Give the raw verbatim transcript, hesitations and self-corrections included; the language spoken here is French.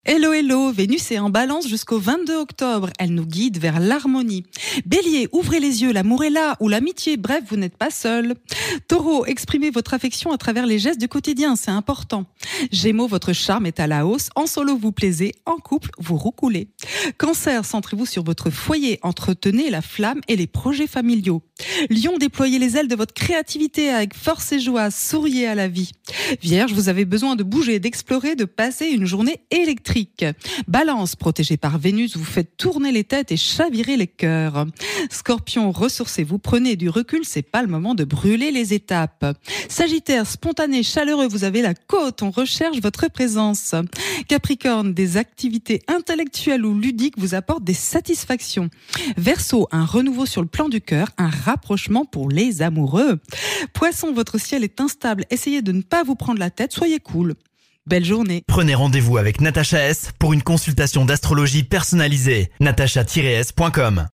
Hello, hello, Vénus est en balance jusqu'au vingt-deux octobre. Elle nous guide vers l'harmonie. Bélier, ouvrez les yeux, l'amour est là, ou l'amitié, bref, vous n'êtes pas seul. Taureau, exprimez votre affection à travers les gestes du quotidien, c'est important. Gémeaux, votre charme est à la hausse, en solo vous plaisez, en couple vous roucoulez. Cancer, centrez-vous sur votre foyer, entretenez la flamme et les projets familiaux. Lion, déployez les ailes de votre créativité avec force et joie, souriez à la vie. Vierge, vous avez besoin de bouger, d'explorer, de passer une journée électrique. Balance, protégé par Vénus, vous faites tourner les têtes et chavirer les cœurs. Scorpion, ressourcez-vous, prenez du recul, c'est pas le moment de brûler les étapes. Sagittaire, spontané, chaleureux, vous avez la côte, on recherche votre présence. Capricorne, des activités intellectuelles ou ludiques vous apportent des satisfactions. Verseau, un renouveau sur le plan du cœur, un rapprochement pour les amoureux. Poisson, votre ciel est instable, essayez de ne pas vous prendre la tête, soyez cool. Belle journée. Prenez rendez-vous avec Natacha S pour une consultation d'astrologie personnalisée. natacha tiret s point com